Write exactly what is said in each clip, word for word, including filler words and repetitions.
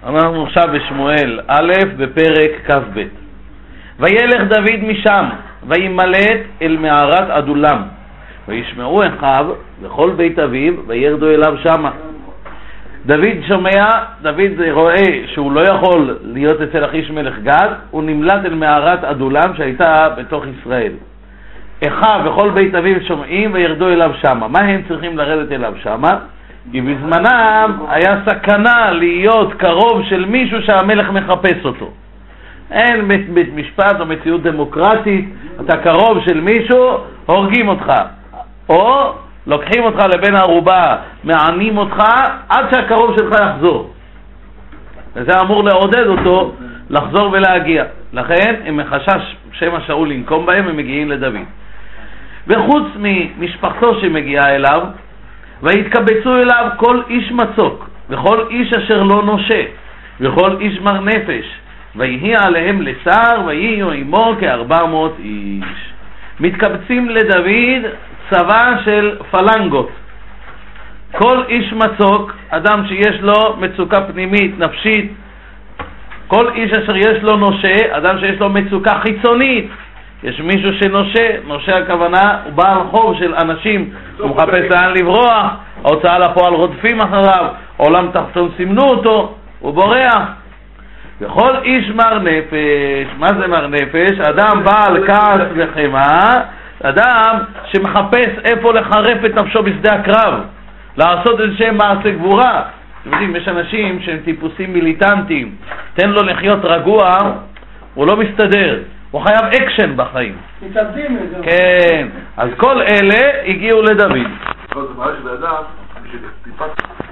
אנחנו עכשיו בשמואל א' בפרק כ"ב. וילך דוד משם וימלט אל מערת אדולם, וישמעו אחיו וכל בית אביו וירדו אליו שמה. דוד שומע, דוד רואה שהוא לא יכול להיות אצל אחיש מלך גד, הוא נמלט אל מערת אדולם שהייתה בתוך ישראל. אחיו וכל בית אביו שומעים וירדו אליו שמה. מה הם צריכים לרדת אליו שמה? כי בזמנם היה סכנה להיות קרוב של מישהו שהמלך מחפש אותו. אין בית משפט או מציאות דמוקרטית, אתה קרוב של מישהו, הורגים אותך, או לוקחים אותך לבן ערובה, מענים אותך עד שהקרוב שלך יחזור. וזה אמור לעודד אותו לחזור ולהגיע. לכן הם מחשש שמא שאול לנקום בהם, הם מגיעים לדוד. וחוץ ממשפחתו שמגיעה אליו, והתקבצו אליו כל איש מצוק וכל איש אשר לא נושה וכל איש מר נפש, ויהי עליהם לשר ויהיו עמו כארבע מאות איש. מתקבצים לדוד צבא של פלנגות. כל איש מצוק, אדם שיש לו מצוקה פנימית נפשית, כל איש אשר יש לו נושה, אדם שיש לו מצוקה חיצונית. יש מישהו שנושה, נושה הכוונה הוא בעל חוב של אנשים, הוא מחפש לאן לברוח, ההוצאה לפועל רודפים אחריו, עולם תחתון סימנו אותו, הוא בורח. וכל איש מר נפש, מה זה מר נפש? אדם בעל כעס וחמה, אדם שמחפש איפה לחרף את נפשו בשדה הקרב, לעשות איזה מעשה גבורה. אתם יודעים, יש אנשים שהם טיפוסים מיליטנטיים, תן לו לחיות רגוע, הוא לא מסתדר, הוא חייב אקשן בחיים. מתאבדים את זה. כן, אז כל אלה הגיעו לדוד. כל זה מראה שזה אדם שטיפת...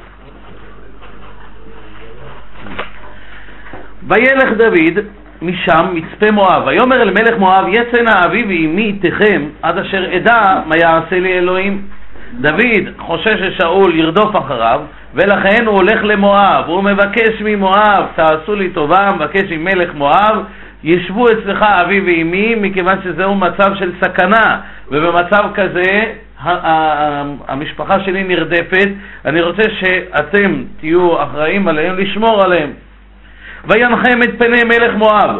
וילך דוד משם מצפה מואב, ויאמר אל מלך מואב, יצא נא אבי ואמי איתכם עד אשר אדע מה יעשה לי אלוהים. דוד חושש ששאול ירדוף אחריו, ולכן הוא הולך למואב, הוא מבקש ממואב, תעשו לי טובה, מבקש עם מלך מואב, ישבו אצלך אבי ואמי, מכיוון שזהו מצב של סכנה, ובמצב כזה המשפחה שלי נרדפת, אני רוצה שאתם תהיו אחראים עליהם, לשמור עליהם. וינחם את פני מלך מואב,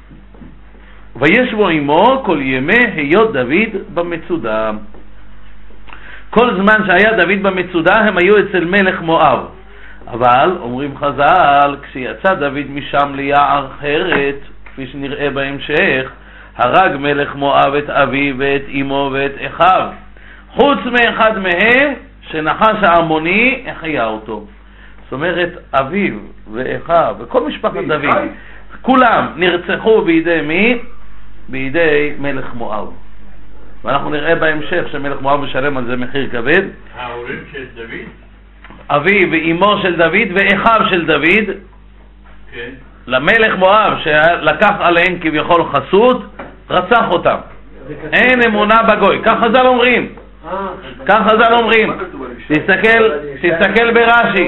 וישבו עמו כל ימי היות דוד במצודה. כל זמן שהיה דוד במצודה הם היו אצל מלך מואב. אבל אומרים חז"ל, כשיצא דוד משם ליער חרת, כפי שנראה בהמשך, הרג מלך מואב את אביו ואת אמו ואת אחיו, חוץ מאחד מהם שנחש העמוני החיה אותו. זאת אומרת, אביו ואחיו וכל משפחת דוד, כולם נרצחו בידי מי? בידי מלך מואב. ואנחנו נראה בהמשך שמלך מואב משלם על זה מחיר כבד. ההורים של דוד? אביו ואמו של דוד ואחיו של דוד. כן. למלך מואב שלקח עליהם כביכול חסות, רצח אותם. אין אמונה בגוי, כך חז"ל אומרים. כך חז"ל אומרים. תסתכל, תסתכל ברש"י.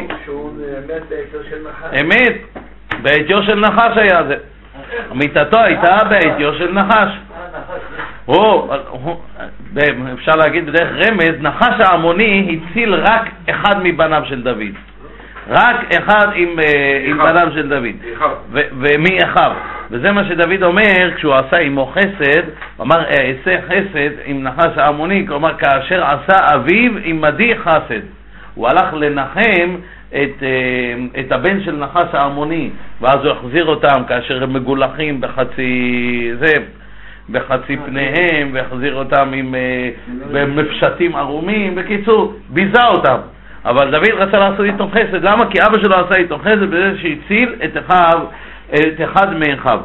אמת, בעטיו של נחש היה זה. מיתתו הייתה בעטיו של נחש. הוא, אפשר להגיד בדרך רמז, נחש העמוני הציל רק אחד מבניו של דוד. רק אחד עם, עם בניו של דוד. ומי אחיו. וזה מה שדוד אומר כשהוא עשה עמו חסד, הוא אמר אעשה חסד עם נחש העמוני, כלומר כאשר עשה אביו עמדי חסד. הוא הלך לנחם את, את הבן של נחש העמוני, ואז הוא החזיר אותם כאשר הם מגולחים בחצי זה, בחצי פניהם, והחזיר אותם עם מפשטים ערומים. בקיצור, ביזה אותם. אבל דוד רצה לעשות איתו חסד. למה? כי אבא שלו עשה איתו חסד בזה שהציל את אחיו, את אחד מאחיו.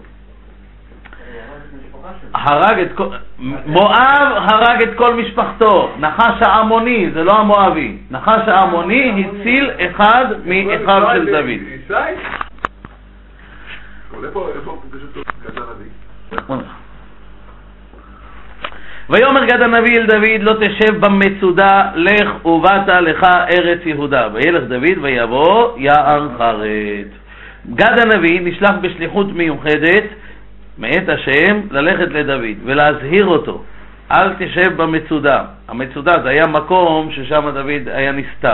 הרג את כל... מואב הרג את כל משפחתו. נחש העמוני, זה לא המואבי. נחש העמוני הציל אחד מאחיו של דוד. איפה פוגשת גד הנביא? ויאמר גד הנביא אל דוד, לא תשב במצודה, לך ובאת לך ארץ יהודה. וילך דוד ויבוא יער חרת. גד הנביא נשלח בשליחות מיוחדת מאת השם ללכת לדוד ולהזהיר אותו, אל תשב במצודה. המצודה זה היה מקום ששם דוד היה נסתר.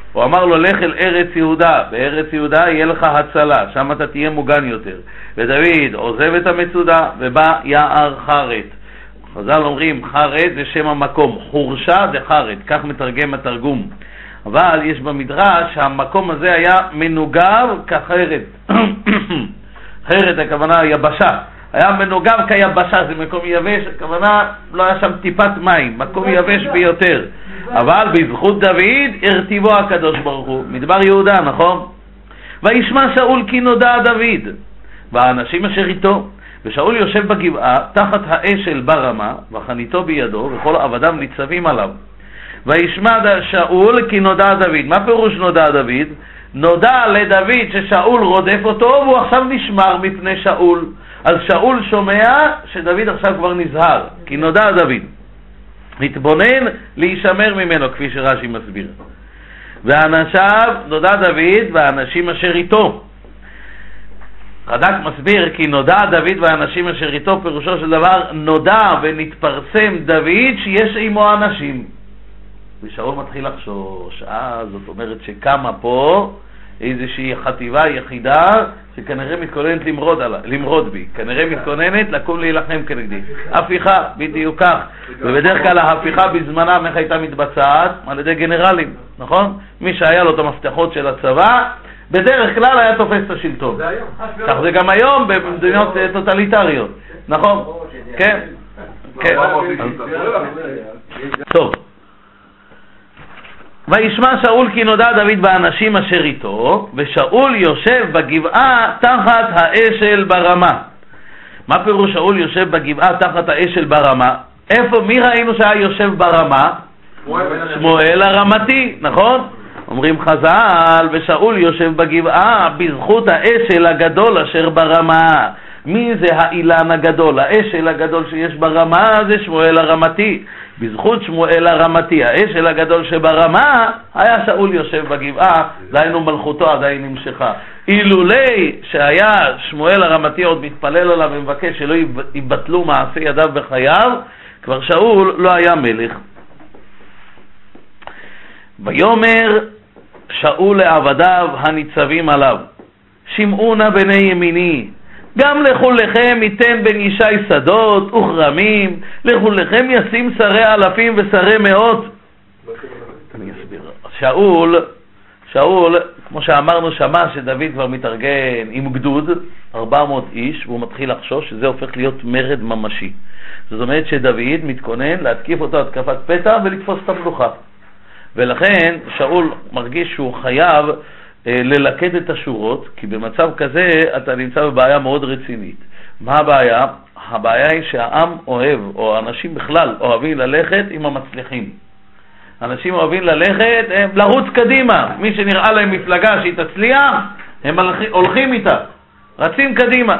הוא אמר לו, לך אל ארץ יהודה, בארץ יהודה יהיה לך הצלה, שם אתה תהיה מוגן יותר. ודוד עוזב את המצודה ובא יער חרת. חז"ל אומרים, חרת זה שם המקום, חורשה זה חרת, כך מתרגם התרגום. אבל יש במדרש שהמקום הזה היה מנוגב כחרת. חרת הכוונה יבשה, היה מנוגב כיבשה, זה מקום יבש, הכוונה לא היה שם טיפת מים, מקום יבש ביותר. אבל בזכות דוד הרטיבו הקדוש ברוך הוא, מדבר יהודה, נכון? וישמע שאול כי נודע דוד והאנשים אשר איתו, ושאול יושב בגבעה תחת האשל ברמה וחניתו בידו וכל עבדיו ניצבים עליו. וישמע שאול כי נודע דוד. מה פירוש נודע דוד? נודע לדוד ששאול רודף אותו והוא עכשיו נשמר מפני שאול. אז שאול שומע שדוד עכשיו כבר נזהר, כי נודע דוד, מתבונן להישמר ממנו, כפי שרש"י מסביר. ואנשיו, נודע דוד והאנשים אשר איתו. רד"ק מסביר כי נודע דוד והאנשים אשר איתו, פירושו של דבר נודע ונתפרסם דוד שיש עמו אנשים. ושאול מתחיל לחשוש, אה, זאת אומרת שקמה פה איזושהי חטיבה יחידה שכנראה מתכוננת למרוד, עלה, למרוד בי, כנראה מתכוננת לקום להילחם כנגדי. הפיכה, בדיוק כך. ובדרך כלל ההפיכה בזמנם איך הייתה מתבצעת? על ידי גנרלים, נכון? מי שהיה לו את המפתחות של הצבא בדרך כלל היה תופס את השלטון. כך זה גם היום במדינות טוטליטריות, נכון? כן, כן. טוב. וישמע שאול כי נודע דוד באנשים אשר איתו, ושאול יושב בגבעה תחת האשל ברמה. מה פירוש שאול יושב בגבעה תחת האשל ברמה? איפה, מי ראינו שהיה יושב ברמה? שמואל הרמתי, נכון? אומרים חז"ל, ושאול יושב בגבעה בזכות האשל הגדול אשר ברמה. מי זה האילן הגדול? האשל הגדול שיש ברמה זה שמואל הרמתי. בזכות שמואל הרמתי, האשל הגדול שברמה, היה שאול יושב בגבעה, דהיינו מלכותו עדיין נמשכה. אילולי שהיה שמואל הרמתי עוד מתפלל עליו ומבקש שלא יבטלו מעשי ידיו בחייו, כבר שאול לא היה מלך. ויאמר שאול לעבדיו הניצבים עליו, שמעו נא בני ימיני, גם לכולכם ייתן בן ישי שדות וכרמים, לכולכם ישים שרי אלפים ושרי מאות. אני אסביר. שאול, שאול, כמו שאמרנו, שמע שדוד כבר מתארגן עם גדוד, ארבע מאות איש, והוא מתחיל לחשוש שזה הופך להיות מרד ממשי. זאת אומרת שדוד מתכונן להתקיף אותו התקפת פתע ולתפוס את המלוכה. ולכן שאול מרגיש שהוא חייב ללקט את השורות, כי במצב כזה אתה נמצא בבעיה מאוד רצינית. מה הבעיה? הבעיה היא שהעם אוהב, או אנשים בכלל אוהבים ללכת עם המצליחים. אנשים אוהבים ללכת, הם לרוץ קדימה. מי שנראה להם מפלגה שהיא תצליח, הם הולכים איתה, רצים קדימה.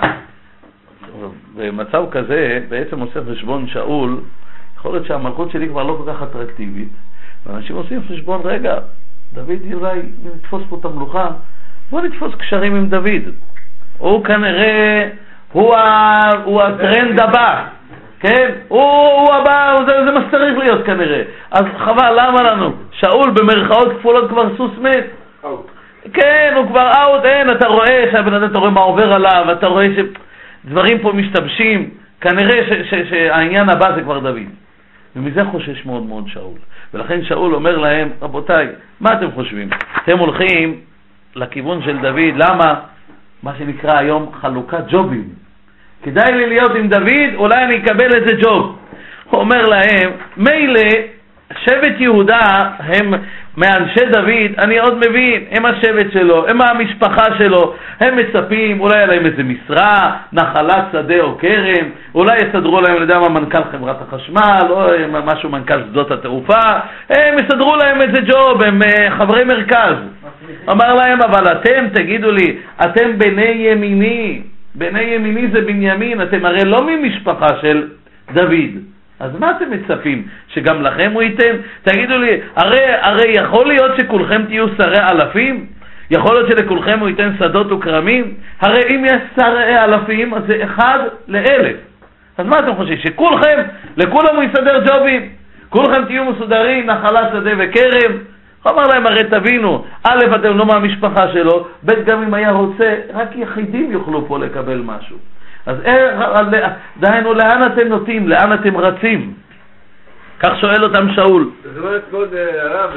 במצב כזה בעצם עושה חשבון שאול, יכול להיות שהמלכות שלי כבר לא כל כך אטרקטיבית, ואנשים עושים חשבון, רגע, דוד אולי נתפוס פה את המלוכה, בוא נתפוס קשרים עם דוד. הוא כנראה, הוא, ה, הוא הטרנד הבא, כן? הוא, הוא הבא, זה, זה מה שצריך להיות כנראה. אז חבל, למה לנו? שאול במרכאות כפולות כבר סוס מת. כן, הוא כבר אאוט, אין, אתה רואה שהבן אדם, אתה רואה מה עובר עליו, אתה רואה שדברים פה משתבשים, כנראה ש, ש, ש, שהעניין הבא זה כבר דוד. ומזה חושש מאוד מאוד שאול. ולכן שאול אומר להם, רבותיי, מה אתם חושבים? אתם הולכים לכיוון של דוד, למה? מה שנקרא היום חלוקת ג'ובים. כדאי לי להיות עם דוד, אולי אני אקבל איזה ג'וב. הוא אומר להם, מילא, שבט יהודה הם מאנשי דוד, אני עוד מבין, הם השבט שלו, הם המשפחה שלו, הם מצפים, אולי להם איזה משרה, נחלת שדה או כרם, אולי יסדרו להם, אני יודע מה, מנכ"ל חברת החשמל, או משהו מנכ"ל שדות התעופה, הם יסדרו להם איזה ג'וב, הם חברי מרכז. אמר להם, אבל אתם, תגידו לי, אתם בני ימיני, בני ימיני זה בנימין, אתם הרי לא ממשפחה של דוד. אז מה אתם מצפים? שגם לכם הוא ייתן? תגידו לי, הרי, הרי יכול להיות שכולכם תהיו שרי אלפים? יכול להיות שלכולכם הוא ייתן שדות וכרמים? הרי אם יש שרי אלפים, אז זה אחד לאלף. אז מה אתם חושבים? שכולכם, לכולם הוא יסדר ג'ובים? כולכם תהיו מסודרים, נחלת שדה וכרם? הוא אמר להם, הרי תבינו, א', אתם לא מהמשפחה שלו, ב', גם אם היה רוצה, רק יחידים יוכלו פה לקבל משהו. אז דהיינו, לאן אתם נוטים, לאן אתם רצים? כך שואל אותם שאול. זאת אומרת, כבוד הרב...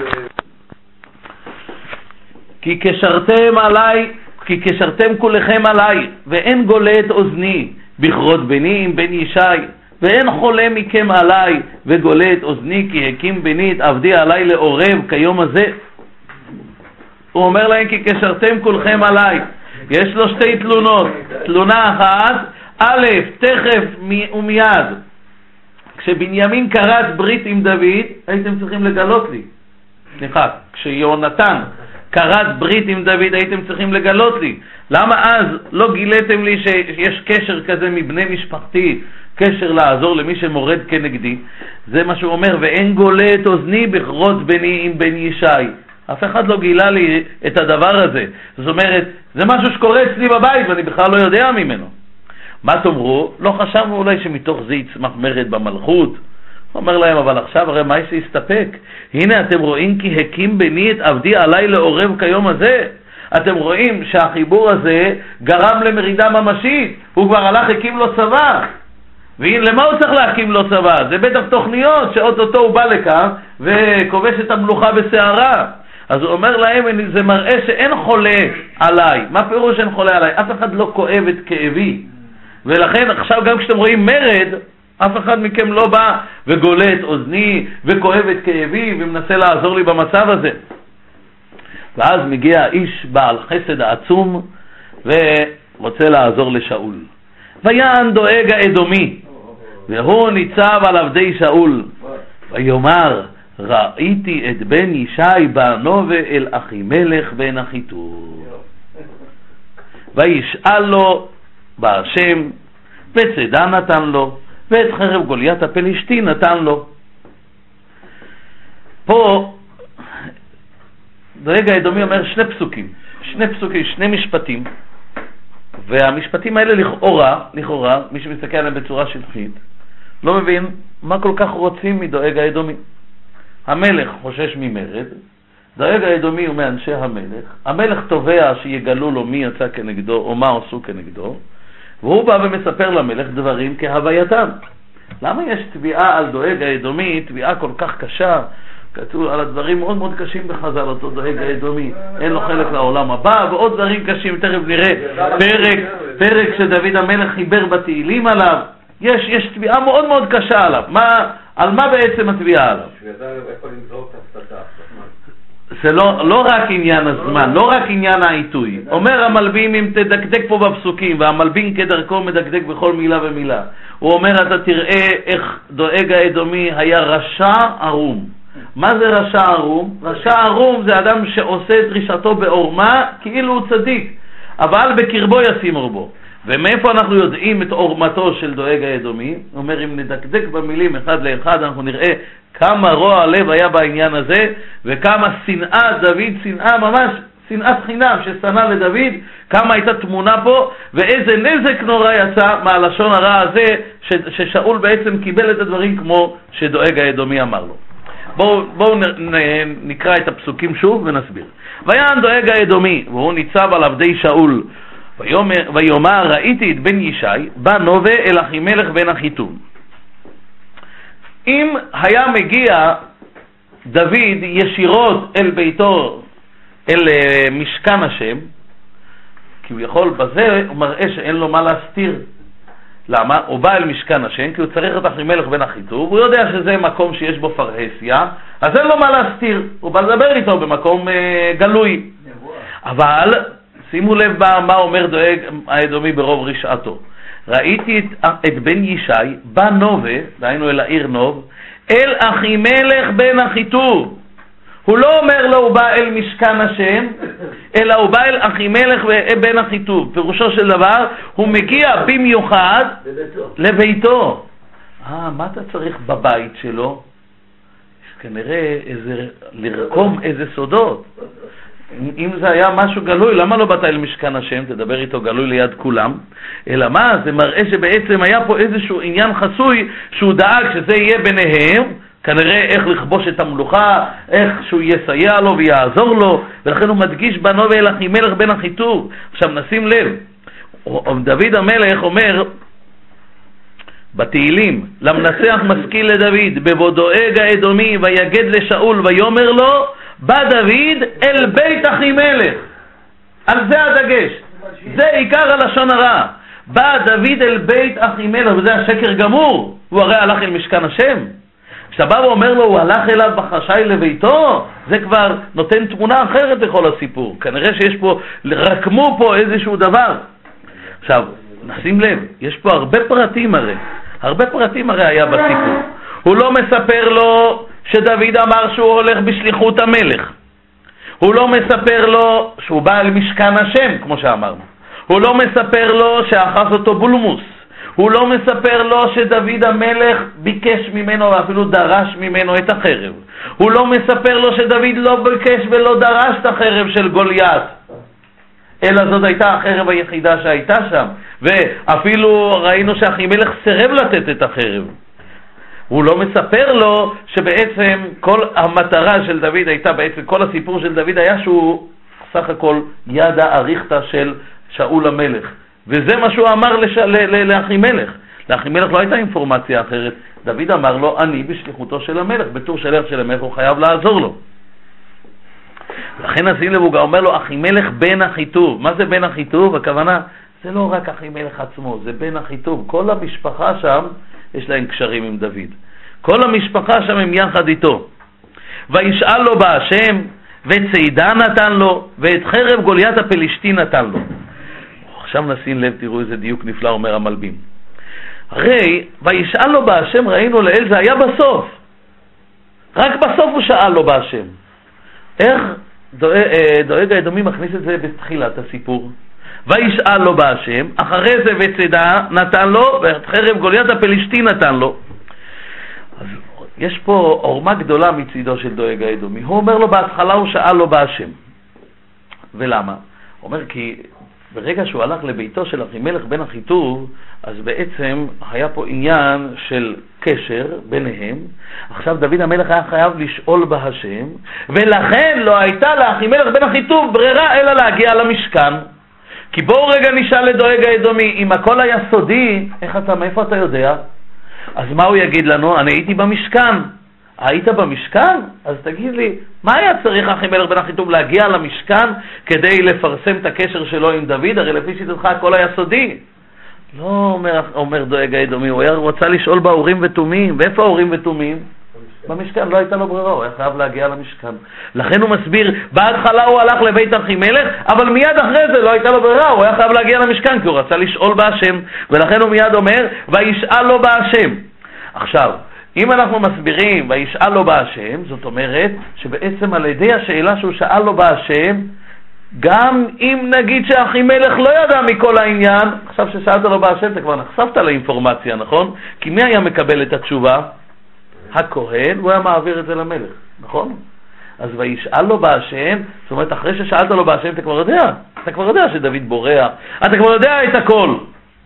כי קשרתם עליי, כי קשרתם כולכם עליי, ואין גולה את אוזני בכרות בני עם בן ישי, ואין חולה מכם עליי וגולה את אוזני, כי הקים בני את עבדי עליי לעורב כיום הזה. הוא אומר להם, כי קשרתם כולכם עליי. יש לו שתי תלונות. תלונה אחת, א', תכף ומיד, כשבנימין כרת ברית עם דוד, הייתם צריכים לגלות לי. סליחה, כשיונתן כרת ברית עם דוד, הייתם צריכים לגלות לי. למה אז לא גיליתם לי שיש קשר כזה מבני משפחתי, קשר לעזור למי שמורד כנגדי? זה מה שהוא אומר, ואין גולה את אוזני בכרות בני עם בן ישי. אף אחד לא גילה לי את הדבר הזה. זאת אומרת, זה משהו שקורה אצלי בבית ואני בכלל לא יודע ממנו. מה תאמרו? לא חשבנו אולי שמתוך זה יצמח מרד במלכות? הוא אומר להם, אבל עכשיו הרי מה יש להסתפק? הנה אתם רואים כי הקים בני את עבדי עליי לעורב כיום הזה. אתם רואים שהחיבור הזה גרם למרידה ממשית. הוא כבר הלך, הקים לו צבא. ולמה הוא צריך להקים לו צבא? זה בטח תוכניות שאוטוטו הוא בא לכאן וכובש את המלוכה בסערה. אז הוא אומר להם, זה מראה שאין חולה עליי. מה פירוש אין חולה עליי? אף אחד לא כואב את כאבי. ולכן עכשיו גם כשאתם רואים מרד, אף אחד מכם לא בא וגולה את אוזני וכואב את כאבי ומנסה לעזור לי במצב הזה. ואז מגיע איש בעל חסד העצום ורוצה לעזור לשאול. ויען דואג האדומי, והוא ניצב על עבדי שאול, ויאמר, ראיתי את בן ישי בנובה אל אחימלך בן אחיטוב. וישאל לו בהשם, וצדה נתן לו, ואת חרב גוליית הפלישתי נתן לו. פה דואג האדומי אומר שני פסוקים, שני פסוקים, שני משפטים, והמשפטים האלה לכאורה, לכאורה, מי שמסתכל עליהם בצורה שטחית, לא מבין מה כל כך רוצים מדואג האדומי. המלך חושש ממרד, דואג האדומי הוא מאנשי המלך, המלך תובע שיגלו לו מי יצא כנגדו או מה עשו כנגדו, והוא בא ומספר למלך דברים כהווייתם. למה יש תביעה על דואג האדומי, תביעה כל כך קשה? כתוב על הדברים מאוד מאוד קשים בחז"ל, אותו דואג האדומי, אין לו חלק לעולם הבא, ועוד דברים קשים, תכף נראה פרק, פרק שדוד המלך חיבר בתהילים עליו. יש, יש תביעה מאוד מאוד קשה עליו. מה, על מה בעצם התביעה עליו? זה לא, לא רק עניין הזמן, לא רק עניין העיתוי. אומר המלבים, אם תדקדק פה בפסוקים, והמלבין כדרכו מדקדק בכל מילה ומילה, הוא אומר, אתה תראה איך דואג האדומי היה רשע ערום. מה זה רשע ערום? רשע ערום זה אדם שעושה את דרישתו בעורמה כאילו הוא צדיק, אבל בקרבו ישים אורבו. ומאיפה אנחנו יודעים את עורמתו של דואג האדומי? הוא אומר, אם נדקדק במילים אחד לאחד, אנחנו נראה כמה רוע לב היה בעניין הזה, וכמה שנאה דוד, שנאה ממש, שנאת חינם ששנא לדוד, כמה הייתה תמונה פה, ואיזה נזק נורא יצא מהלשון הרע הזה, ששאול בעצם קיבל את הדברים כמו שדואג האדומי אמר לו. בואו בוא נקרא את הפסוקים שוב ונסביר. ויען דואג האדומי, והוא ניצב על עבדי שאול, ויאמר, ויאמר ראיתי את בן ישי בא נובה אל אחימלך בן אחיטוב. אם היה מגיע דוד ישירות אל ביתו, אל משכן השם, כי הוא יכול בזה, הוא מראה שאין לו מה להסתיר. למה? הוא בא אל משכן השם כי הוא צריך את אחימלך בן אחיטוב, הוא יודע שזה מקום שיש בו פרהסיה, אז אין לו מה להסתיר, הוא בא לדבר איתו במקום אה, גלוי. אבל שימו לב מה אומר דואג האדומי ברוב רשעתו. ראיתי את, את בן ישי בא נובה, דהיינו אל העיר נוב, אל אחימלך בן אחיטוב. הוא לא אומר לו הוא בא אל משכן השם, אלא הוא בא אל אחימלך בן אחיטוב. פירושו של דבר, הוא מגיע במיוחד לביתו. אה, מה אתה צריך בבית שלו? יש כנראה איזה, לרקום איזה סודות. אם זה היה משהו גלוי, למה לא באת אל משכן השם, תדבר איתו גלוי ליד כולם? אלא מה? זה מראה שבעצם היה פה איזשהו עניין חסוי שהוא דאג שזה יהיה ביניהם, כנראה איך לכבוש את המלוכה, איך שהוא יסייע לו ויעזור לו, ולכן הוא מדגיש בנו ואל אחימלך בן אחיטוב. עכשיו נשים לב, דוד המלך אומר בתהילים, למנצח משכיל לדוד, בבוא דואג האדומי ויגד לשאול ויאמר לו, בא דוד אל בית אחימלך. על זה הדגש, זה עיקר הלשון הרע. בא דוד אל בית אחימלך, וזה השקר גמור, הוא הרי הלך אל משכן השם. כשאתה בא ואומר לו הוא הלך אליו בחשאי לביתו, זה כבר נותן תמונה אחרת לכל הסיפור. כנראה שיש פה, רקמו פה איזשהו דבר. עכשיו, נשים לב, יש פה הרבה פרטים הרי, הרבה פרטים הרי היה בסיפור. הוא לא מספר לו שדוד אמר שהוא הולך בשליחות המלך. הוא לא מספר לו שהוא בא אל משכן השם, כמו שאמרנו. הוא לא מספר לו שאחז אותו בולמוס. הוא לא מספר לו שדוד המלך ביקש ממנו ואפילו דרש ממנו את החרב. הוא לא מספר לו שדוד לא ביקש ולא דרש את החרב של גוליית, אלא זאת הייתה החרב היחידה שהייתה שם, ואפילו ראינו שאחימלך סירב לתת את החרב. הוא לא מספר לו שבעצם כל המטרה של דוד הייתה, בעצם כל הסיפור של דוד היה שהוא סך הכל ידה אריכתא של שאול המלך, וזה מה שהוא אמר לש... לאחימלך. לאחימלך לא הייתה אינפורמציה אחרת. דוד אמר לו, אני בשליחותו של המלך, בתור שליח של המלך הוא חייב לעזור לו. לכן נשים לב, הוא אומר לו אחימלך בן אחיטוב. מה זה בן אחיטוב? הכוונה, זה לא רק אחימלך עצמו, זה בן אחיטוב. כל המשפחה שם יש להם קשרים עם דוד, כל המשפחה שם הם יחד איתו. וישאל לו בהשם, וצידה נתן לו, ואת חרב גוליית הפלישתי נתן לו. עכשיו נשים לב, תראו איזה דיוק נפלא אומר המלבים. הרי וישאל לו בהשם, ראינו לאל, זה היה בסוף, רק בסוף הוא שאל לו בהשם. איך דואג האדומי מכניס את זה בתחילת הסיפור? וישאל לו בהשם, אחרי זה וצידה נתן לו, ואת חרב גוליית הפלישתי נתן לו. אז יש פה עורמה גדולה מצידו של דואג האדומי. הוא אומר לו בהתחלה הוא שאל לו בהשם. ולמה? הוא אומר כי ברגע שהוא הלך לביתו של אחימלך בן אחיטוב, אז בעצם היה פה עניין של קשר ביניהם. עכשיו דוד המלך היה חייב לשאול בהשם, ולכן לא הייתה לאחימלך בן אחיטוב ברירה אלא להגיע למשכן. כי בואו רגע נשאל לדואג האדומי, אם הכל היה סודי, איך אתה, מאיפה אתה יודע? אז מה הוא יגיד לנו? אני הייתי במשכן. היית במשכן? אז תגיד לי, מה היה צריך אחימלך בן אחיטוב להגיע למשכן כדי לפרסם את הקשר שלו עם דוד? הרי לפי שיטתך הכל היה סודי. לא, אומר, אומר דואג האדומי, הוא היה רוצה לשאול באורים ותומים. ואיפה האורים ותומים? במשכן. לא הייתה לו ברירה, הוא היה חייב להגיע למשכן. לכן הוא מסביר, בהתחלה הוא הלך לבית אחימלך, אבל מיד אחרי זה לא הייתה לו ברירה, הוא היה חייב להגיע למשכן כי הוא רצה לשאול בהשם, ולכן הוא מיד אומר, וישאל לו בהשם. עכשיו, אם אנחנו מסבירים וישאל לו בהשם, זאת אומרת שבעצם על ידי השאלה שהוא שאל לו בהשם, גם אם נגיד שאחימלך לא ידע מכל העניין, עכשיו ששאלת לו בהשם אתה כבר נחשפת לאינפורמציה, נכון? כי מי היה מקבל את התשובה? הכהן, הוא היה מעביר את זה למלך, נכון? אז וישאל לו בהשם, זאת אומרת אחרי ששאלת לו בהשם אתה כבר יודע, אתה כבר יודע שדוד בורח, אתה כבר יודע את הכל.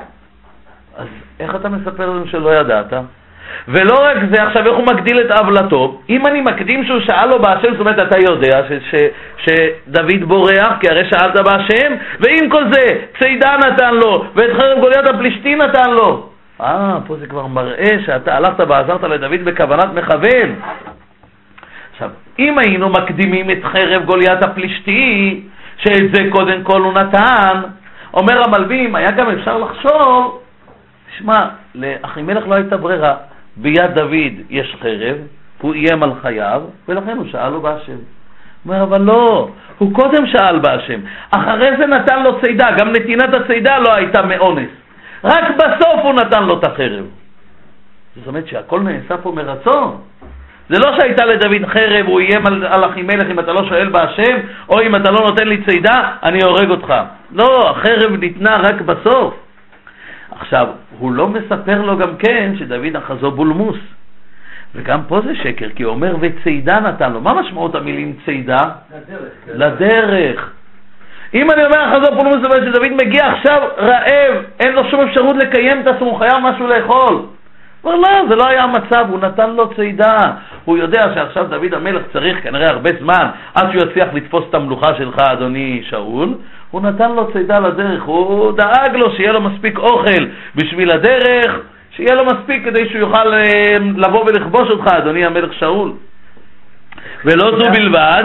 אז איך אתה מספר לנו שלא ידעת? ולא רק זה, עכשיו איך הוא מגדיל את עוולתו? אם אני מקדים שהוא שאל לו בהשם, זאת אומרת אתה יודע ש, ש, שדוד בורח, כי הרי שאלת בהשם, ועם כל זה צידה נתן לו, ואת חרב גוליית הפלישתי נתן לו. אה, פה זה כבר מראה שאתה הלכת ועזרת לדוד בכוונת מכוון. עכשיו, אם היינו מקדימים את חרב גוליית הפלישתי, שאת זה קודם כל הוא נתן, אומר המלבים, היה גם אפשר לחשוב, תשמע, לאחימלך לא הייתה ברירה, ביד דוד יש חרב, הוא איים על חייו, ולכן הוא שאל לו בהשם. הוא אומר, אבל לא, הוא קודם שאל בהשם, אחרי זה נתן לו צידה, גם נתינת הצידה לא הייתה מאונס, רק בסוף הוא נתן לו את החרב. זאת אומרת שהכל נעשה פה מרצון. זה לא שהייתה לדוד חרב, הוא איים על, על אחימלך, אם אתה לא שואל בהשם, או אם אתה לא נותן לי צידה, אני הורג אותך. לא, החרב ניתנה רק בסוף. עכשיו, הוא לא מספר לו גם כן שדוד אחזו בולמוס. וגם פה זה שקר, כי הוא אומר וצידה נתן לו. מה משמעות המילים צידה? לדרך. לדרך. אם אני אומר אחזו בולמוס, זה אומר שדוד מגיע עכשיו רעב, אין לו שום אפשרות לקיים את עצמו, הוא חייב משהו לאכול. אבל לא, זה לא היה המצב, הוא נתן לו צידה. הוא יודע שעכשיו דוד המלך צריך כנראה הרבה זמן עד שהוא יצליח לתפוס את המלוכה שלך, אדוני שאול. הוא נתן לו צידה לדרך, הוא דאג לו שיהיה לו מספיק אוכל בשביל הדרך, שיהיה לו מספיק כדי שהוא יוכל לבוא ולכבוש אותך, אדוני המלך שאול. ולא זו בלבד,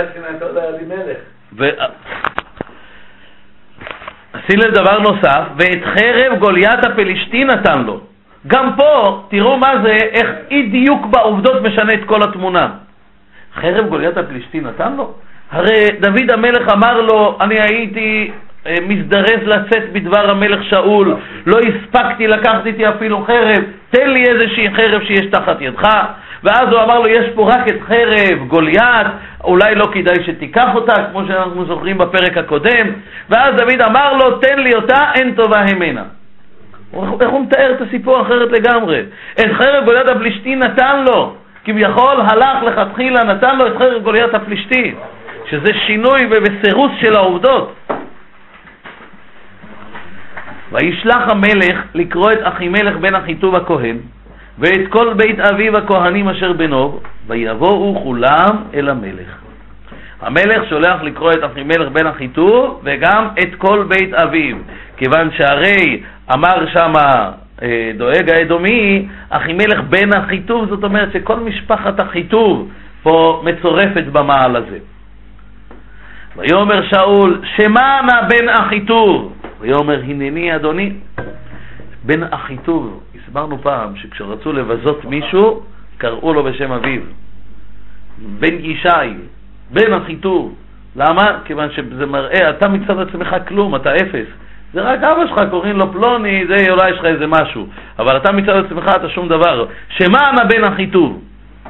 שים לב דבר נוסף, ואת חרב גוליית הפלישתי נתן לו. גם פה תראו מה זה, איך אי דיוק בעובדות משנה את כל התמונה. חרב גוליית הפלישתי נתן לו? הרי דוד המלך אמר לו, אני הייתי מזדרז לצאת בדבר המלך שאול, לא הספקתי לקחת איתי אפילו חרב, תן לי איזושהי חרב שיש תחת ידך. ואז הוא אמר לו, יש פה רק את חרב גוליית, אולי לא כדאי שתיקח אותה, כמו שאנחנו זוכרים בפרק הקודם. ואז דוד אמר לו, תן לי אותה, אין טובה המנה. איך הוא מתאר את הסיפור אחרת לגמרי? את חרב גוליית הפלישתי נתן לו, כביכול הלך לכתחילה, נתן לו את חרב גוליית הפלישתי, שזה שינוי ובסירוס של העובדות. וישלח המלך לקרוא את אחימלך בן אחיטוב הכהן ואת כל בית אביו הכהנים אשר בנוב, ויבואו כולם אל המלך. המלך שולח לקרוא את אחימלך בן אחיטוב וגם את כל בית אביו, כיוון שהרי אמר שם דואג האדומי אחימלך בן אחיטוב, זאת אומרת שכל משפחת אחיטוב פה מצורפת במעל הזה. ויאמר שאול, שמה נא בן אחיטוב? ויאמר, הנני אדוני. בן אחיטוב, הסברנו פעם שכשרצו לבזות מישהו קראו לו בשם אביו, בן ישי, בן אחיטוב. למה? כיוון שזה מראה, אתה מצד עצמך כלום, אתה אפס, זה רק אבא שלך קוראים לו פלוני, זה אולי יש לך איזה משהו, אבל אתה מצד עצמך אתה שום דבר. שמה נא בן אחיטוב?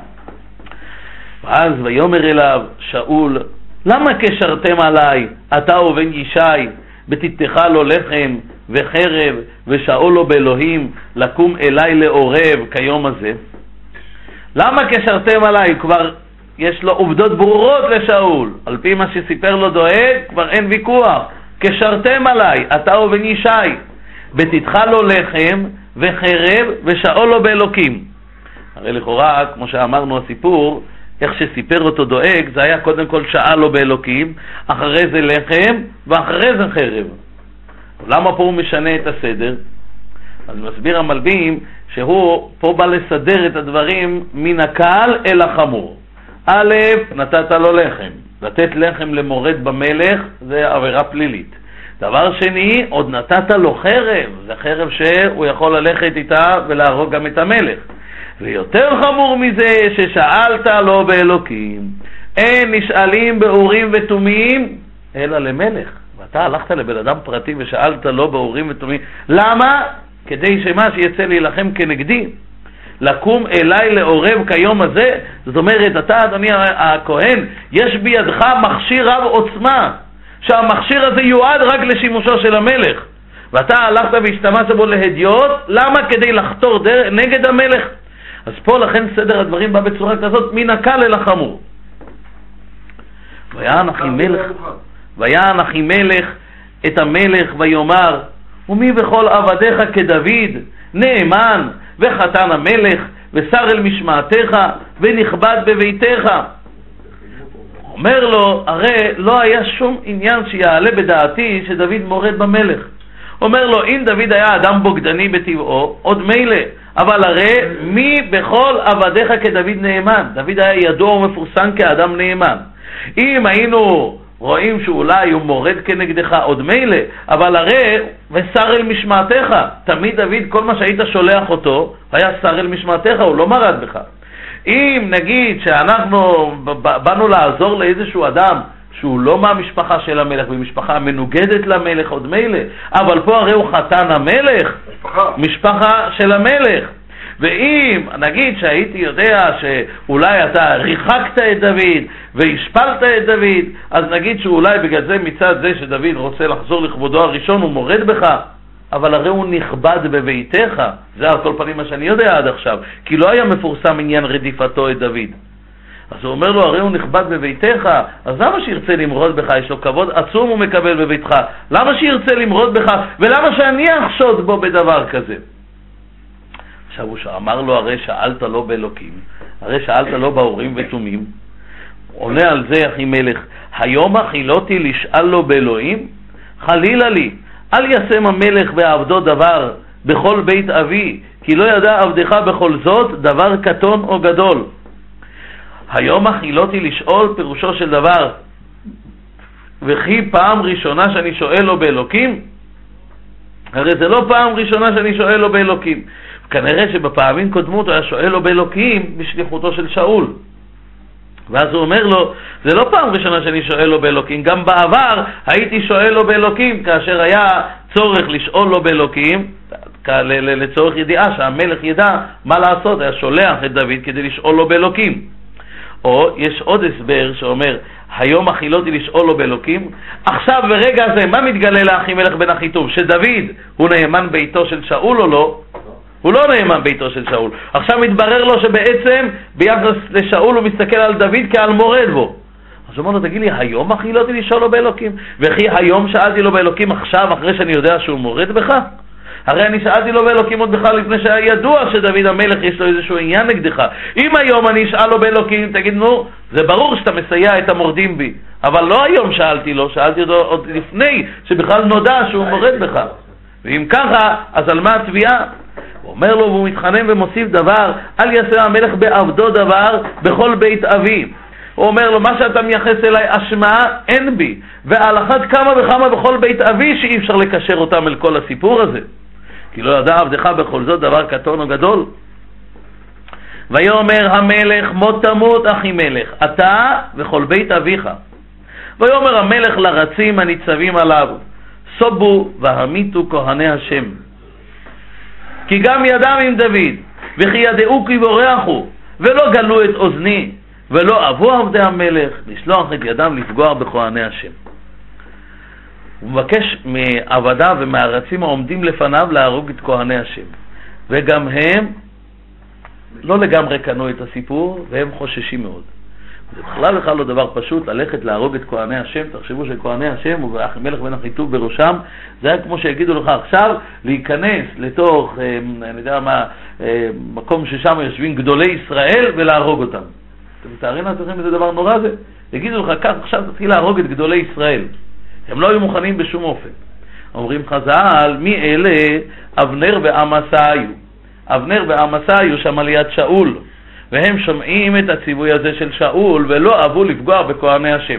ואז ויאמר אליו שאול, למה קשרתם עליי אתה ובן ישי בתתך לו לחם וחרב ושאול לו באלוהים לקום אליי לעורב כיום הזה? למה קשרתם עליי? כבר יש לו עובדות ברורות לשאול, על פי מה שסיפר לו דואג כבר אין ויכוח. קשרתם עליי אתה ובן ישי בתתך לו לחם וחרב ושאול לו באלוקים. הרי לכאורה כמו שאמרנו הסיפור, איך שסיפר אותו דואג, זה היה קודם כל שאל לו באלוקים, אחרי זה לחם ואחרי זה חרב. למה פה הוא משנה את הסדר? אז מסביר המלבים שהוא פה בא לסדר את הדברים מן הקל אל החמור. א', נתת לו לחם, לתת לחם למורד במלך זה עבירה פלילית. דבר שני, עוד נתת לו חרב, זה חרב שהוא יכול ללכת איתה ולהרוג גם את המלך. ויותר חמור מזה ששאלת לו באלוקים, אין נשאלים באורים ותומים אלא למלך. ואתה הלכת לבן אדם פרטי ושאלת לו באורים ותומים. למה? כדי שמה שיצא להילחם כנגדי, לקום אליי לעורב כיום הזה. זאת אומרת, אתה אדוני הכהן, יש בידך מכשיר רב עוצמה, שהמכשיר הזה יועד רק לשימושו של המלך, ואתה הלכת והשתמשת בו להדיוט. למה? כדי לחתור נגד המלך. אז פה לכן סדר הדברים בא בצורה כזאת, מן הקל אל החמור. ויען אחימלך, ויען אחימלך את המלך ויאמר, ומי בכל עבדיך כדוד, נאמן וחתן המלך, ושר אל משמעתך, ונכבד בביתך. אומר לו, הרי לא היה שום עניין שיעלה בדעתי שדוד מורד במלך. אומר לו, אם דוד היה אדם בוגדני בטבעו, עוד מילא, אבל הרי מי בכל עבדיך כדוד נאמן? דוד היה ידוע ומפורסם כאדם נאמן. אם היינו רואים שאולי הוא מורד כנגדך, עוד מילא, אבל הרי ושר אל משמעתך, תמיד דוד כל מה שהיית שולח אותו היה שר אל משמעתך, הוא לא מרד בך. אם נגיד שאנחנו באנו לעזור לאיזשהו אדם שהוא לא מהמשפחה של המלך, במשפחה מנוגדת למלך, עוד מילא, אבל פה הרי הוא חתן המלך, משפחה, משפחה של המלך. ואם נגיד שהייתי יודע שאולי אתה ריחקת את דוד והשפלת את דוד, אז נגיד שאולי בגלל זה מצד זה שדוד רוצה לחזור לכבודו הראשון הוא מורד בך, אבל הרי הוא נכבד בביתך. זה על כל פנים מה שאני יודע עד עכשיו, כי לא היה מפורסם עניין רדיפתו את דוד. אז הוא אומר לו, הרי הוא נכבד בביתך, אז למה שירצה למרוד בך? יש לו כבוד עצום הוא מקבל בביתך, למה שירצה למרוד בך? ולמה שאני אחשוד בו בדבר כזה? עכשיו הוא אמר לו, הרי שאלת לו באלוקים, הרי שאלת לא באורים ותומים. עונה על זה אחימלך, היום אכילותי לשאל לו באלוהים? חלילה לי, אל ישם המלך בעבדו דבר בכל בית אבי, כי לא ידע עבדך בכל זאת דבר קטון או גדול. היום אכילותי לשאול פירושו של דבר, וכי פעם ראשונה שאני שואל לו באלוקים? הרי זה לא פעם ראשונה שאני שואל לו באלוקים. כנראה שבפעמים קודמות הוא היה שואל לו באלוקים בשליחותו של שאול. ואז הוא אומר לו, זה לא פעם ראשונה שאני שואל לו באלוקים, גם בעבר הייתי שואל לו באלוקים, כאשר היה צורך לשאול לו באלוקים, לצורך ידיעה שהמלך ידע מה לעשות, היה שולח את דוד כדי לשאול לו באלוקים. או יש עוד הסבר שאומר, היום אכילותי לשאול לו באלוקים. עכשיו ברגע הזה, מה מתגלה לאחימלך בן אחיטוב? שדוד הוא נאמן ביתו של שאול או לא? הוא לא נאמן ביתו של שאול. עכשיו מתברר לו שבעצם ביחס לשאול הוא מסתכל על דוד כעל מורד בו. אז הוא אומר לו, תגיד לי, היום אכילותי לשאול לו באלוקים? וכי היום שאלתי לו באלוקים עכשיו, אחרי שאני יודע שהוא מורד בך? הרי אני שאלתי לו באלוקים עוד בכלל לפני שהיה ידוע שדוד המלך יש לו איזשהו עניין נגדך. אם היום אני אשאל לו באלוקים, תגיד, נו, זה ברור שאתה מסייע את המורדים בי. אבל לא היום שאלתי לו, שאלתי אותו עוד לפני שבכלל נודע שהוא מורד בך. ואם ככה, אז על מה התביעה? הוא אומר לו, והוא מתחנן ומוסיף דבר, אל יעשה המלך בעבדו דבר בכל בית אבי. הוא אומר לו, מה שאתה מייחס אליי אשמה, אין בי. ועל אחת כמה וכמה בכל בית אבי שאי אפשר לקשר אותם אל כל הסיפור הזה. כי לא ידע עבדך בכל זאת דבר קטון או גדול. ויאמר המלך, מות תמות אחימלך, אתה וכל בית אביך. ויאמר המלך לרצים הניצבים עליו, סובו והמיתו כהני השם. כי גם ידם עם דוד, וכי ידעו כי בורחו, ולא גלו את אוזני, ולא אבו עבדי המלך לשלוח את ידם לפגוע בכהני השם. הוא מבקש מעבדיו ומהרצים העומדים לפניו להרוג את כהני השם. וגם הם לא לגמרי קנו את הסיפור, והם חוששים מאוד. זה בכלל בכלל לא דבר פשוט ללכת להרוג את כהני השם. תחשבו שכהני השם ואחימלך בן אחיטוב בראשם, זה היה כמו שיגידו לך עכשיו להיכנס לתוך, אני יודע מה, מקום ששם יושבים גדולי ישראל ולהרוג אותם. אתם מתארים לעצמכם איזה דבר נורא זה? יגידו לך כך, עכשיו תתחיל להרוג את גדולי ישראל. הם לא היו מוכנים בשום אופן. אומרים חז"ל, מי אלה? אבנר ועמסה היו. אבנר ועמסה היו שם ליד שאול, והם שומעים את הציווי הזה של שאול ולא אהבו לפגוע בכהני השם.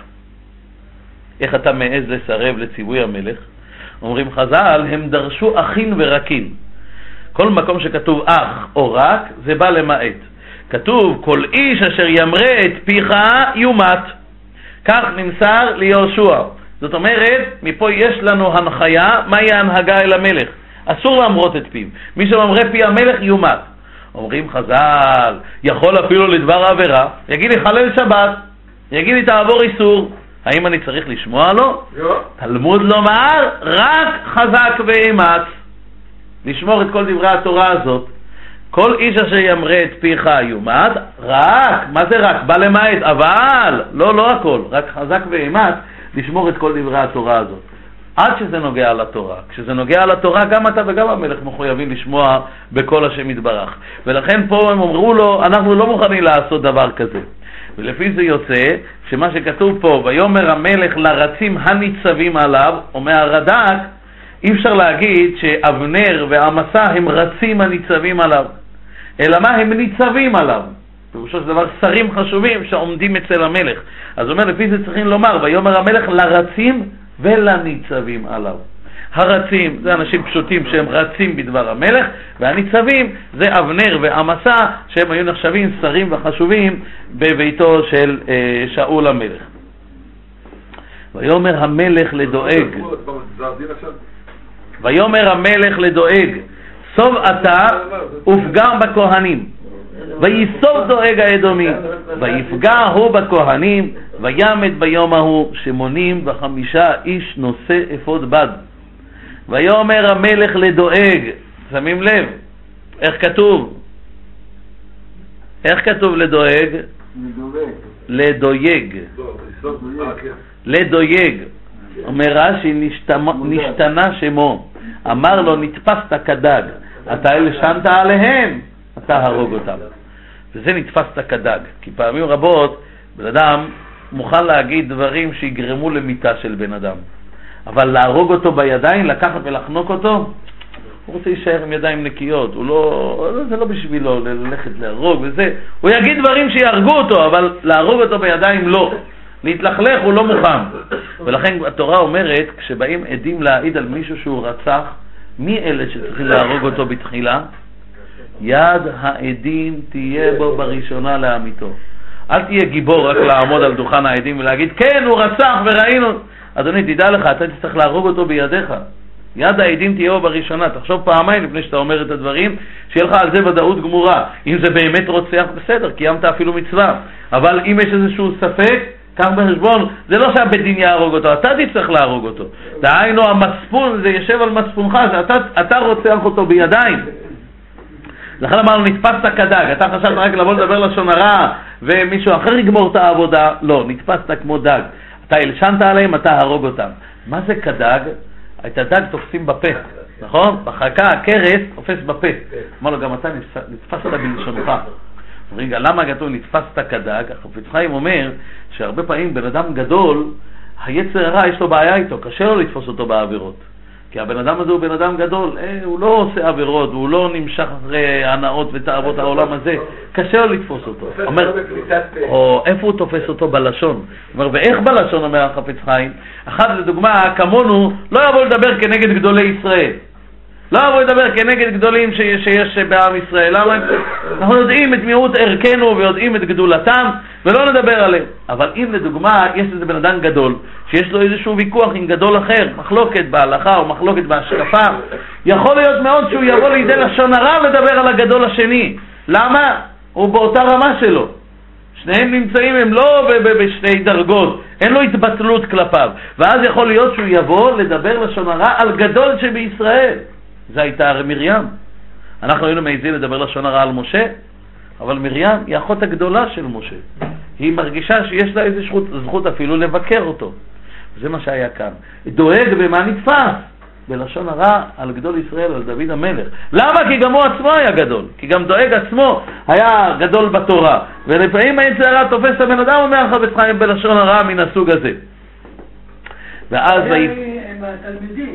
איך אתה מעז לסרב לציווי המלך? אומרים חז"ל, הם דרשו אחין ורקין. כל מקום שכתוב אח או רק, זה בא למעט. כתוב, כל איש אשר ימרה את פיך יומת. כך נמסר ליהושע. זאת אומרת, מפה יש לנו הנחיה, מהי ההנהגה אל המלך. אסור להמרות את פיו. מי שממרה פי המלך יומת. אומרים חז"ל, יכול אפילו לדבר עבירה, יגיד לי חלל שבת, יגיד לי תעבור איסור. האם אני צריך לשמוע לו? לא. תלמוד לומר, רק חזק ואמץ. לשמור את כל דברי התורה הזאת. כל איש אשר ימרה את פיך יומת, רק, מה זה רק? בא למעט, אבל, לא, לא הכל, רק חזק ואמץ, לשמור את כל דברי התורה הזאת. עד שזה נוגע לתורה. כשזה נוגע לתורה, גם אתה וגם המלך מחויבים לשמוע בכל השם יתברך. ולכן פה הם אמרו לו, אנחנו לא מוכנים לעשות דבר כזה. ולפי זה יוצא, שמה שכתוב פה, ויאמר המלך לרצים הניצבים עליו, אומר הרד"ק, אי אפשר להגיד שאבנר ועמסה הם רצים הניצבים עליו, אלא מה? הם ניצבים עליו. פירושו של דבר שרים חשובים שעומדים אצל המלך. אז אומר, לפי זה צריכים לומר, ויאמר המלך לרצים ולניצבים עליו. הרצים זה אנשים פשוטים שהם רצים בדבר המלך, והניצבים זה אבנר ועמסה שהם היו נחשבים שרים וחשובים בביתו של אה, שאול המלך. ויאמר המלך לדואג, ויאמר המלך לדואג, סוב אתה ופגע בכהנים, ויסוב דואג האדומי, ויפגע הוא בכהנים, וימת ביום ההוא שמונים וחמישה איש נושא אפוד בד. ויאמר המלך לדואג, שמים לב, איך כתוב? איך כתוב לדואג? לדויג. לדויג. אומר רש"י, נשתנה שמו. אמר לו, נתפסת כדג, אתה הלשנת עליהם, אתה הרוג אותם. וזה נתפסת כדג, כי פעמים רבות בן אדם מוכן להגיד דברים שיגרמו למיטה של בן אדם, אבל להרוג אותו בידיים, לקחת ולחנוק אותו, הוא רוצה להישאר עם ידיים נקיות, הוא לא, זה לא בשבילו ללכת להרוג וזה, הוא יגיד דברים שיהרגו אותו, אבל להרוג אותו בידיים לא, להתלכלך הוא לא מוכן. ולכן התורה אומרת, כשבאים עדים להעיד על מישהו שהוא רצח, מי אלה שצריכים להרוג אותו בתחילה? יד העדים תהיה בו בראשונה לאמיתו. אל תהיה גיבור רק לעמוד על דוכן העדים ולהגיד כן הוא רצח וראינו. אדוני, תדע לך, אתה תצטרך להרוג אותו בידיך. יד העדים תהיה בו בראשונה. תחשוב פעמיים לפני שאתה אומר את הדברים, שיהיה לך על זה ודאות גמורה. אם זה באמת רוצח, בסדר, קיימת אפילו מצווה, אבל אם יש איזשהו ספק, קח בחשבון, זה לא שהבית דין יהרוג אותו, אתה תצטרך להרוג אותו. דהיינו, המצפון, זה יושב על מצפונך, זה אתה, אתה רוצח אותו בידיים. לכן אמרנו, נתפסת כדג, אתה חשבת רק לבוא לדבר לשון הרע ומישהו אחר יגמור את העבודה, לא, נתפסת כמו דג. אתה הלשנת עליהם, אתה הרוג אותם. מה זה כדג? את הדג תופסים בפה, נכון? בחכה, הכרס תופס בפה. אמר לו, גם אתה נתפסת בלשונך. רגע, למה כתוב נתפסת כדג? החפץ חיים אומר שהרבה פעמים בן אדם גדול, היצר הרע יש לו בעיה איתו, קשה לו לתפוס אותו בעבירות. כי הבן אדם הזה הוא בן אדם גדול, אה, הוא לא עושה עבירות, הוא לא נמשך אחרי הנאות ותאוות העולם הזה, קשה לו לתפוס אותו. אומר, או איפה הוא תופס אותו? בלשון. אומר, ואיך בלשון, אומר החפץ חיים? אחד לדוגמה, כמונו, לא יבוא לדבר כנגד גדולי ישראל. לא יבוא לדבר כנגד גדולים שיש, שיש בעם ישראל. למה? אנחנו יודעים את מיעוט ערכנו ויודעים את גדולתם, ולא נדבר עליהם. אבל אם לדוגמה יש איזה בן אדם גדול, שיש לו איזשהו ויכוח עם גדול אחר, מחלוקת בהלכה או מחלוקת בהשקפה, יכול להיות מאוד שהוא יבוא לידי לשון הרע לדבר על הגדול השני. למה? הוא באותה רמה שלו. שניהם נמצאים, הם לא בשתי דרגות, אין לו התבטלות כלפיו. ואז יכול להיות שהוא יבוא לדבר לשון הרע על גדול שבישראל. זה הייתה הרי מרים. אנחנו היינו מעיזים לדבר לשון הרע על משה, אבל מרים היא אחות הגדולה של משה. היא מרגישה שיש לה איזו זכות, זכות אפילו לבקר אותו. זה מה שהיה כאן. דואג במה נתפס? בלשון הרע על גדול ישראל, על דוד המלך. למה? כי גם הוא עצמו היה גדול. כי גם דואג עצמו היה גדול בתורה. ולפעמים היצר הרע תופס את הבן אדם, אומר החפץ חיים בלשון הרע מן הסוג הזה. ואז... התלמידים.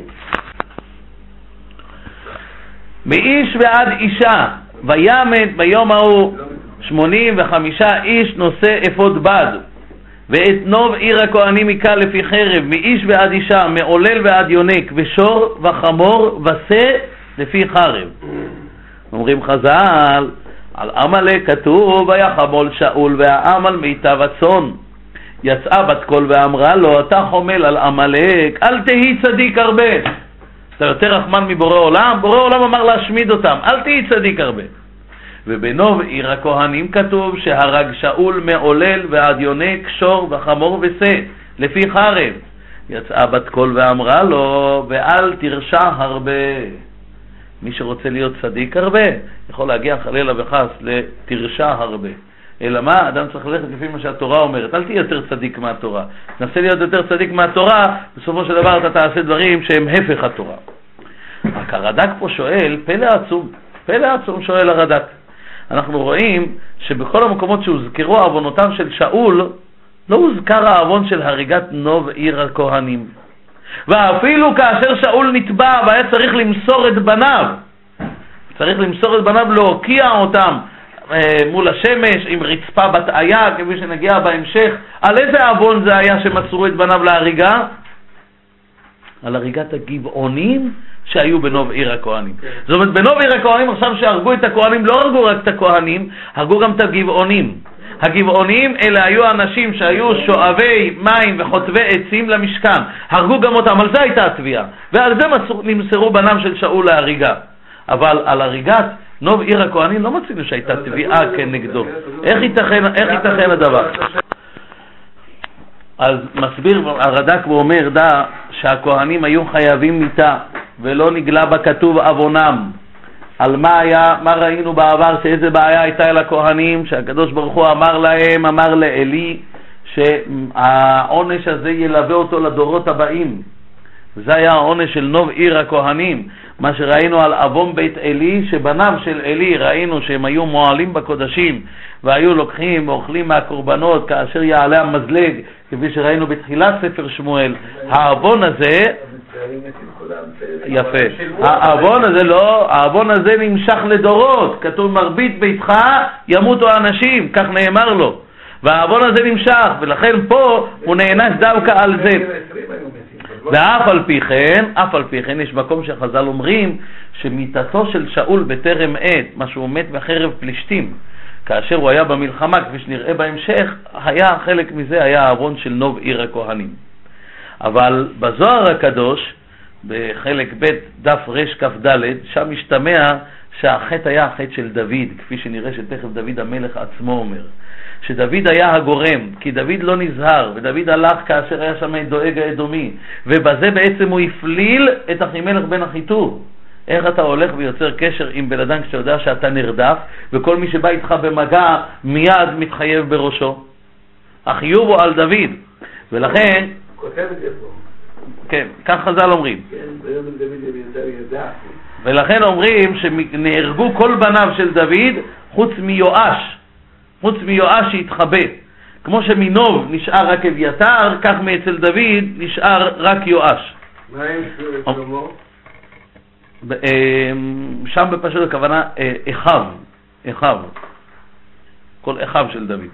מאיש ועד אישה, וימת ביום ההוא שמונים וחמישה איש נושא אפוד בד, ואת נוב עיר הכהנים היכה לפי חרב, מאיש ועד אישה, מעולל ועד יונק, ושור וחמור ושה לפי חרב. אומרים חז"ל, על עמלק כתוב, ויחמול שאול והעם על מיטב הצאן. יצאה בת קול ואמרה לו, אתה חומל על עמלק, אל תהי צדיק הרבה. אתה יותר רחמן מבורא עולם? בורא עולם אמר להשמיד אותם, אל תהי צדיק הרבה. ובנוב עיר הכהנים כתוב שהרג שאול מעולל ועד יונק, שור וחמור ושה לפי חרב. יצאה בת קול ואמרה לו, ואל תרשע הרבה. מי שרוצה להיות צדיק הרבה יכול להגיע חלילה וחס לתרשע הרבה. אלא מה? אדם צריך ללכת לפי מה שהתורה אומרת. אל תהיה יותר צדיק מהתורה. נסה להיות יותר צדיק מהתורה, בסופו של דבר אתה תעשה דברים שהם הפך התורה. רק הרד"ק פה שואל, פלא עצום, פלא עצום שואל הרד"ק. אנחנו רואים שבכל המקומות שהוזכרו עוונותיו של שאול, לא הוזכר העוון של הריגת נוב עיר הכהנים. ואפילו כאשר שאול נתבע והיה צריך למסור את בניו, צריך למסור את בניו, להוקיע אותם מול השמש עם רצפה בת איה, כפי שנגיע בהמשך. על איזה עוון זה היה שמסרו את בניו להריגה? על הריגת הגבעונים שהיו בנוב עיר הכהנים. זאת אומרת, בנוב עיר הכהנים עכשיו שהרגו את הכהנים, לא הרגו רק את הכהנים, הרגו גם את הגבעונים. הגבעונים אלה היו אנשים שהיו שואבי מים וחוטבי עצים למשכן, הרגו גם אותם, על זה הייתה התביעה, ועל זה נמסרו בנם של שאול להריגה. אבל על הריגת נוב עיר הכהנים לא מצינו שהייתה תביעה כנגדו. איך ייתכן, איך ייתכן הדבר? אז מסביר הרד"ק ואומר, דע שהכהנים היו חייבים מיתה ולא נגלה בכתוב עוונם. על מה היה, מה ראינו בעבר, שאיזה בעיה הייתה אל הכהנים, שהקדוש ברוך הוא אמר להם, אמר לאלי, שהעונש הזה ילווה אותו לדורות הבאים. וזה היה העונש של נוב עיר הכהנים, מה שראינו על אבון בית אלי, שבניו של אלי ראינו שהם היו מועלים בקודשים, והיו לוקחים ואוכלים מהקורבנות כאשר יעלה המזלג, כפי שראינו בתחילת ספר שמואל. האבון הזה, יפה, האבון הזה לא, האבון הזה נמשך לדורות, כתוב מרבית ביתך ימותו האנשים, כך נאמר לו, והאבון הזה נמשך, ולכן פה הוא נענש דווקא על זה. ואף על פי כן, אף על פי כן יש מקום שחז"ל אומרים שמיתתו של שאול בטרם עת, מה שהוא מת בחרב פלישתים, כאשר הוא היה במלחמה, כפי שנראה בהמשך, היה חלק מזה, היה הארון של נוב עיר הכהנים. אבל בזוהר הקדוש, בחלק ב' דף רש כף ד', שם משתמע שהחטא היה החטא של דוד, כפי שנראה שתכף דוד המלך עצמו אומר. שדוד היה הגורם, כי דוד לא נזהר, ודוד הלך כאשר היה שם דואג האדומי, ובזה בעצם הוא הפליל את אחימלך בן אחיטוב. איך אתה הולך ויוצר קשר עם בן אדם כשאתה יודע שאתה נרדף, וכל מי שבא איתך במגע מיד מתחייב בראשו? החיוב הוא על דוד, ולכן... כותב את זה פה. כן, כך חז"ל אומרים. כן, ביום דוד אביתר ידע. ולכן אומרים שנהרגו כל בניו של דוד חוץ מיואש, חוץ מיואש שהתחבא. כמו שמנוב נשאר רק אביתר, כך מאצל דוד נשאר רק יואש. מה עם שלמה? שם בפשוט הכוונה אחיו, אחיו, כל אחיו של דוד.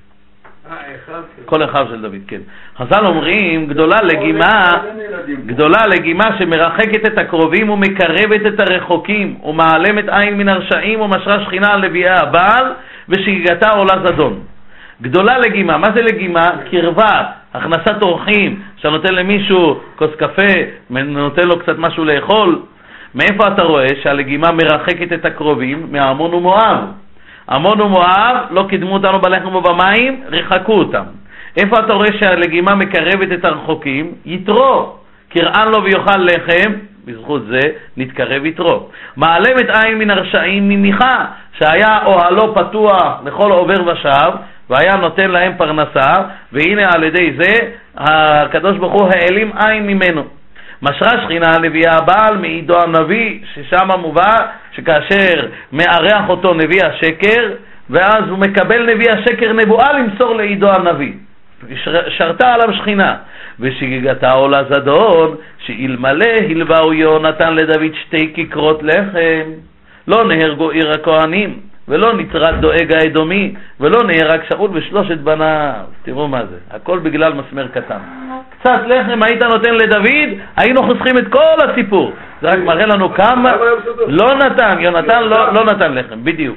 כל אחיו של דוד, כן. חז"ל אומרים, גדולה לגימה, גדולה לגימה שמרחקת את הקרובים ומקרבת את הרחוקים, ומעלמת עין מן הרשעים ומשרה שכינה על לביאי הבעל, ושגיגתה עולה זדון. גדולה לגימה, מה זה לגימה? קרבה, הכנסת אורחים, שאתה נותן למישהו כוס קפה, נותן לו קצת משהו לאכול. מאיפה אתה רואה שהלגימה מרחקת את הקרובים? מהעמון ומואב. עמון ומואב לא קידמו אותנו בלחם ובמים, רחקו אותם. איפה אתה רואה שהלגימה מקרבת את הרחוקים? יתרו, קרען לו ויאכל לחם, בזכות זה נתקרב יתרו. מעלמת עין מן הרשעים, מניחה שהיה אוהלו פתוח לכל עובר ושב, והיה נותן להם פרנסה, והנה על ידי זה הקדוש ברוך הוא העלים עין ממנו. משרה שכינה לביאי הבעל מעידו הנביא, ששם מובא שכאשר מארח אותו נביא השקר, ואז הוא מקבל נביא השקר נבואה למסור לעידו הנביא. שרתה עליו שכינה, ושגיגתה עולה זדון, שאלמלא הלווהו יהונתן לדוד שתי כיכרות לחם, לא נהרגו עיר הכהנים, ולא נטרד דואג האדומי, ולא נהרג שאול ושלושת בניו. תראו מה זה, הכל בגלל מסמר קטן. קצת לחם היית נותן לדוד, היינו חוסכים את כל הסיפור. זה רק מראה לנו כמה לא נתן, יונתן לא, לא נתן לחם, בדיוק.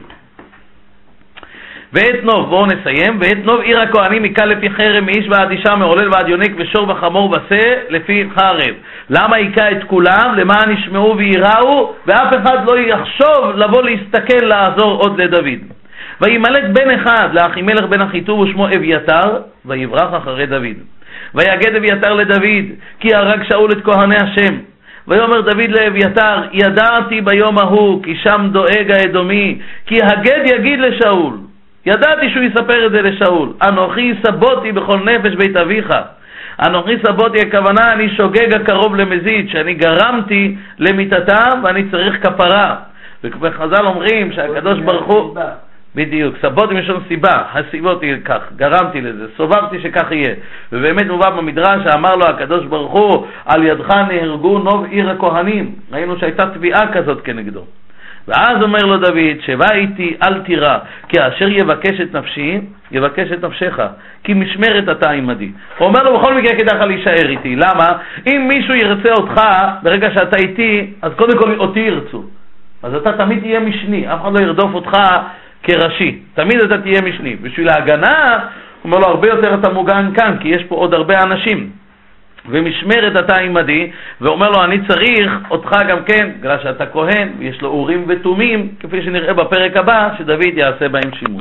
ואת נוב, בואו נסיים, ואת נוב עיר הכהנים יקל לפי חרם מאיש ועד אישה, מעולל ועד יונק ושור וחמור ושה לפי חרב. למה יקע את כולם? למען ישמעו ויראו, ואף אחד לא יחשוב לבוא להסתכל לעזור עוד לדוד. וימלט בן אחד לאחימלך בן אחיטוב ושמו אביתר, ויברח אחרי דוד. ויגד אביתר לדוד, כי הרג שאול את כהני השם. ויאמר דוד לאביתר, ידעתי ביום ההוא, כי שם דואג האדומי, כי הגד יגיד לשאול. ידעתי שהוא יספר את זה לשאול. אנוכי סבותי בכל נפש בית אביך. אנוכי סבותי, הכוונה, אני שוגג הקרוב למזיד, שאני גרמתי למיתתם ואני צריך כפרה. וחז"ל אומרים שהקדוש ברוך הוא... בדיוק, סבותי משום סיבה, הסיבותי כך, גרמתי לזה, סובבתי שכך יהיה. ובאמת מובא במדרש שאמר לו הקדוש ברוך הוא, על ידך נהרגו נוב עיר הכהנים. ראינו שהייתה תביעה כזאת כנגדו. ואז אומר לו דוד, שבא איתי אל תירא, כי אשר יבקש את נפשי, יבקש את נפשך, כי משמרת אתה עמדי. הוא אומר לו, בכל מקרה כדאי לך להישאר איתי. למה? אם מישהו ירצה אותך, ברגע שאתה איתי, אז קודם כל אותי ירצו. אז אתה תמיד תהיה משני, אף אחד לא ירדוף אותך כראשי. תמיד אתה תהיה משני. בשביל ההגנה, הוא אומר לו, הרבה יותר אתה מוגן כאן, כי יש פה עוד הרבה אנשים. ומשמרת אתה עמדי, ואומר לו, אני צריך אותך גם כן, בגלל שאתה כהן, ויש לו אורים ותומים, כפי שנראה בפרק הבא, שדוד יעשה בהם שימוש.